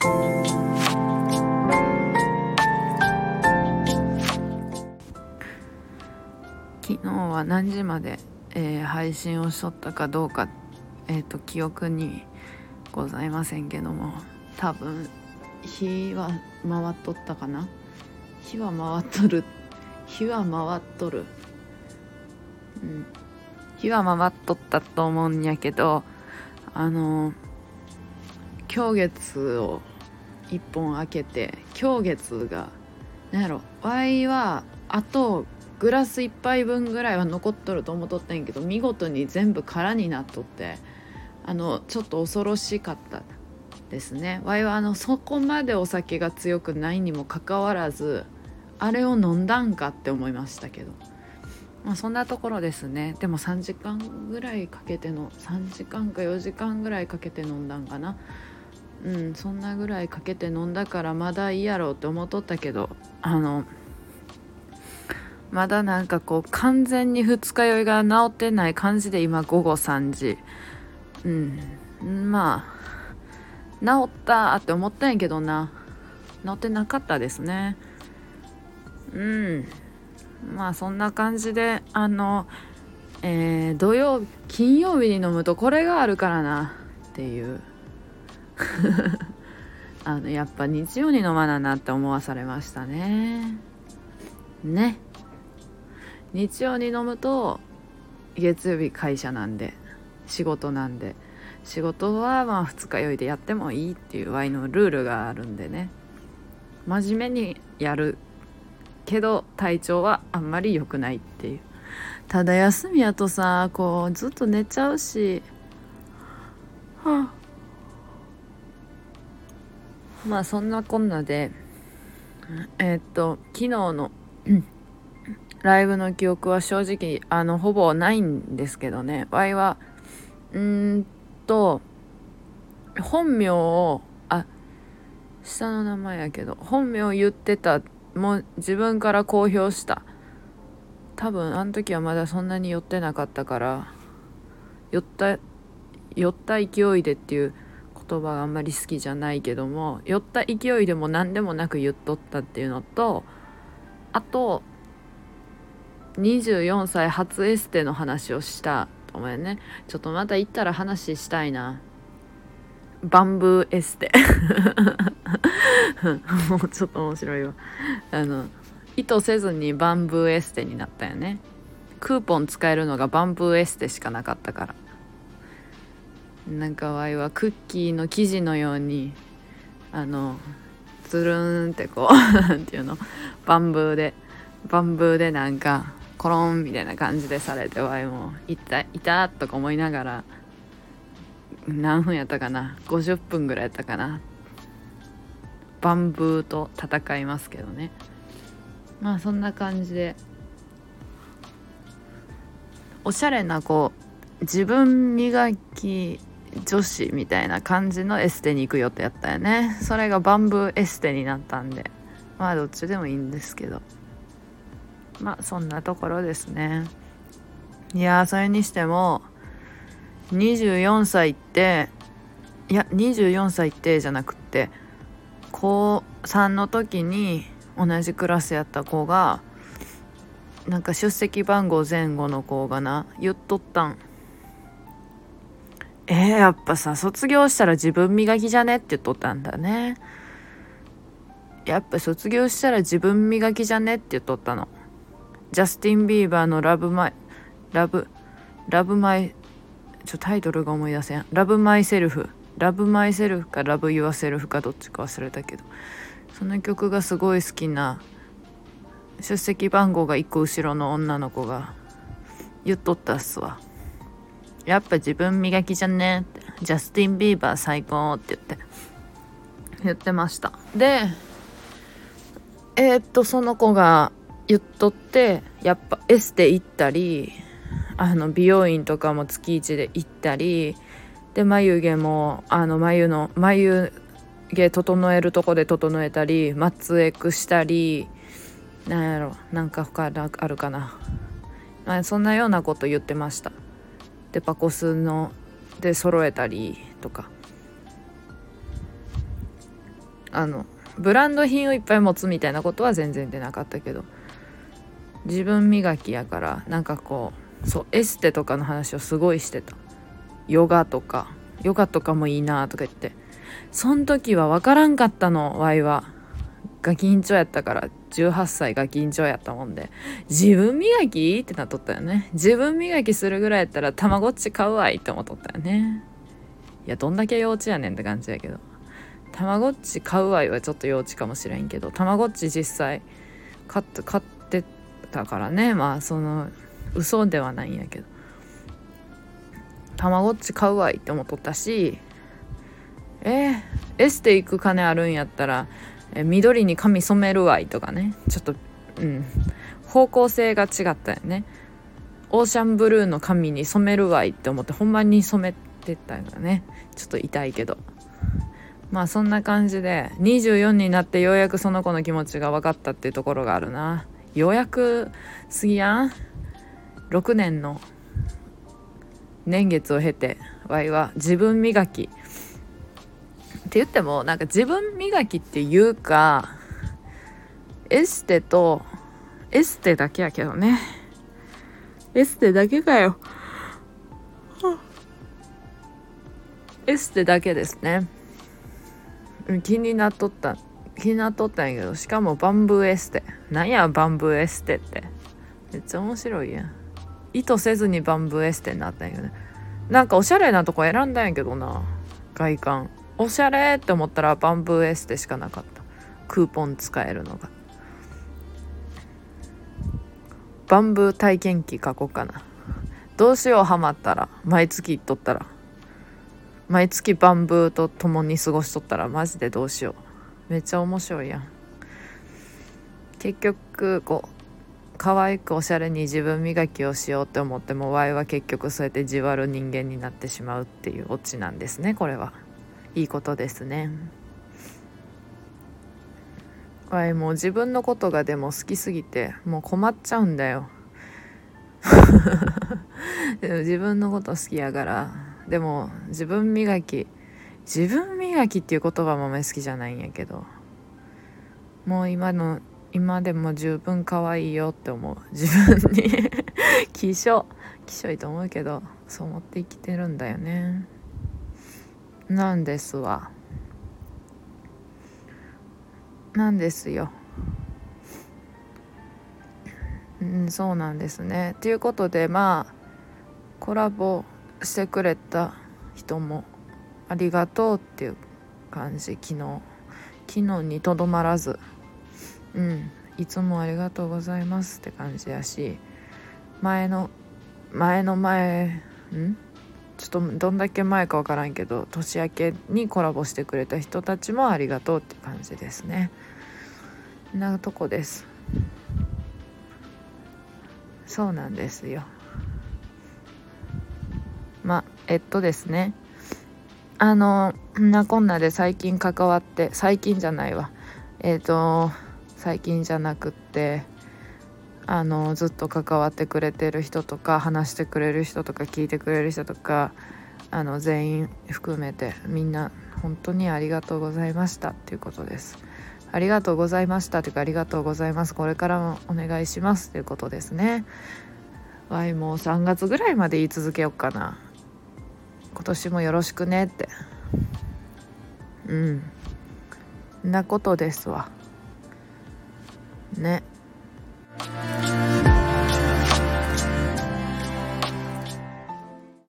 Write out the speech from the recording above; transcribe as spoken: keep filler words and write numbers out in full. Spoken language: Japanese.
昨日は何時まで、えー配信をしとったかどうか、えーと記憶にございませんけども、多分日は回っとったかな。日は回っとる日は回っとるうん日は回っとったと思うんやけど、あの今日月を一本開けて、今日月がなんやろ、ワイはあとグラス一杯分ぐらいは残っとると思っとったんやけど、見事に全部空になっとって、あのちょっと恐ろしかったですね。ワイはあのそこまでお酒が強くないにもかかわらず、あれを飲んだんかって思いましたけど、まあそんなところですね。でもさんじかんぐらいかけてのさんじかんかよじかんぐらいかけて飲んだんかな。うんそんなぐらいかけて飲んだからまだいいやろうって思っとったけど、あのまだなんかこう完全に二日酔いが治ってない感じで、今ごごさんじ。うんまあ治ったって思ったんやけどな、治ってなかったですね。うんまあそんな感じで、あのえー、土曜金曜日に飲むとこれがあるからなっていうあのやっぱ日曜に飲まななって思わされましたね。ね日曜に飲むと月曜日会社なんで、仕事なんで、仕事はまあ二日酔いでやってもいいっていうワイのルールがあるんでね、真面目にやるけど体調はあんまり良くないっていう。ただ休みやとさ、こうずっと寝ちゃうし、はあ、まあそんなこんなで、えーっと昨日のライブの記憶は正直あのほぼないんですけどね。ワイはうーんと本名を、あ下の名前やけど本名を言ってた、もう自分から公表した。多分あの時はまだそんなに寄ってなかったから、寄った寄った勢いでっていう言葉があんまり好きじゃないけども、寄った勢いでも何でもなく言っとったっていうのと、あとにじゅうよんさい初エステの話をしたと思うよね。ちょっとまた行ったら話したいな。バンブーエステもうちょっと面白いわ。あの意図せずにバンブーエステになったよね。クーポン使えるのがバンブーエステしかなかったから、なんかワイはクッキーの生地のように、あのつるーんってこうなんていうの、バンブーでバンブーでなんかコロンみたいな感じでされて、ワイもいたいたとか思いながら、何分やったかな、ごじゅっぷんぐらいやったかな、バンブーと戦いますけどね。まあそんな感じでおしゃれなこう自分磨き女子みたいな感じのエステに行く予定やったよね。それがバンブーエステになったんで、まあどっちでもいいんですけど、まあそんなところですね。いやそれにしてもにじゅうよんさいって、いやにじゅうよんさいってじゃなくって高さんの時に同じクラスやった子が、なんか出席番号前後の子がな言っとったん。えー、やっぱさ卒業したら自分磨きじゃねって言っとったんだね。やっぱ卒業したら自分磨きじゃねって言っとったの。ジャスティン・ビーバーのラブマイラブラブマイちょタイトルが思い出せん。ラブマイセルフラブマイセルフかラブユアセルフかどっちか忘れたけど、その曲がすごい好きな出席番号がいっこ後ろの女の子が言っとったっすわ。やっぱ自分磨きじゃねって、ジャスティン・ビーバー最高って言って言ってました。でえー、っとその子が言っとって、やっぱエステ行ったり、あの美容院とかも月いちで行ったりで、眉毛もあの眉の眉毛整えるとこで整えたり、マッツエクしたり、なんやろなんか他あるかな、まあ、そんなようなこと言ってました。でパコスので揃えたりとか、 あのブランド品をいっぱい持つみたいなことは全然出なかったけど、自分磨きやから、なんかこうそうエステとかの話をすごいしてた。ヨガとかヨガとかもいいなとか言って、そん時は分からんかったの。ワイはガキンチョやったから、じゅうはっさいガキンチョやったもんで、自分磨きってなっとったよね。自分磨きするぐらいやったらたまごっち買うわいって思っとったよね。いやどんだけ幼稚やねんって感じやけど、たまごっち買うわいはちょっと幼稚かもしれんけど、たまごっち実際買って買ってたからね。まあその嘘ではないんやけど、たまごっち買うわいって思っとったし、えー、エステ行く金あるんやったらえ緑に髪染めるわいとかね、ちょっとうん方向性が違ったよね。オーシャンブルーの髪に染めるわいって思ってほんまに染めてたよね。ちょっと痛いけど、まあそんな感じでにじゅうよんになってようやくその子の気持ちが分かったっていうところがあるな。ようやく過ぎやん。ろくねんの年月を経てわいは自分磨きって言ってもなんか自分磨きっていうかエステとエステだけやけどね。エステだけかよ。エステだけですね。気になっとった気になっとったんやけど、しかもバンブーエステ。なんやバンブーエステって、めっちゃ面白いやん。意図せずにバンブーエステになったんやけどね。なんかおしゃれなとこ選んだんやけどな。外観おしゃれって思ったらバンブーエステしかなかった。クーポン使えるのが。バンブー体験記書こうかな。どうしよう、ハマったら毎月行っとったら、毎月バンブーと共に過ごしとったらマジでどうしよう。めっちゃ面白いやん。結局こう可愛くおしゃれに自分磨きをしようって思っても、ワイは結局そうやってじわる人間になってしまうっていうオチなんですね。これはいいことですね。ワイもう自分のことがでも好きすぎてもう困っちゃうんだよ。でも自分のこと好きやから。でも自分磨き自分磨きっていう言葉もあんまり好きじゃないんやけど、もう今の今でも十分可愛いよって思う自分に。きしょきしょいと思うけど、そう思って生きてるんだよね。なんですわなんですよ。うん、そうなんですね。ということで、まあコラボしてくれた人もありがとうっていう感じ。昨日昨日にとどまらず、うんいつもありがとうございますって感じやし、前の前の前んちょっとどんだけ前かわからんけど、年明けにコラボしてくれた人たちもありがとうって感じですね。なとこです。そうなんですよ。まあえっとですねあのなこんなで最近関わって最近じゃないわえっと最近じゃなくってあのずっと関わってくれてる人とか、話してくれる人とか、聞いてくれる人とか、あの全員含めてみんな本当にありがとうございましたっていうことです。ありがとうございましたというか、ありがとうございます、これからもお願いしますということですね。わいもうさんがつぐらいまで言い続けようかな。今年もよろしくねって。うんなことですわね。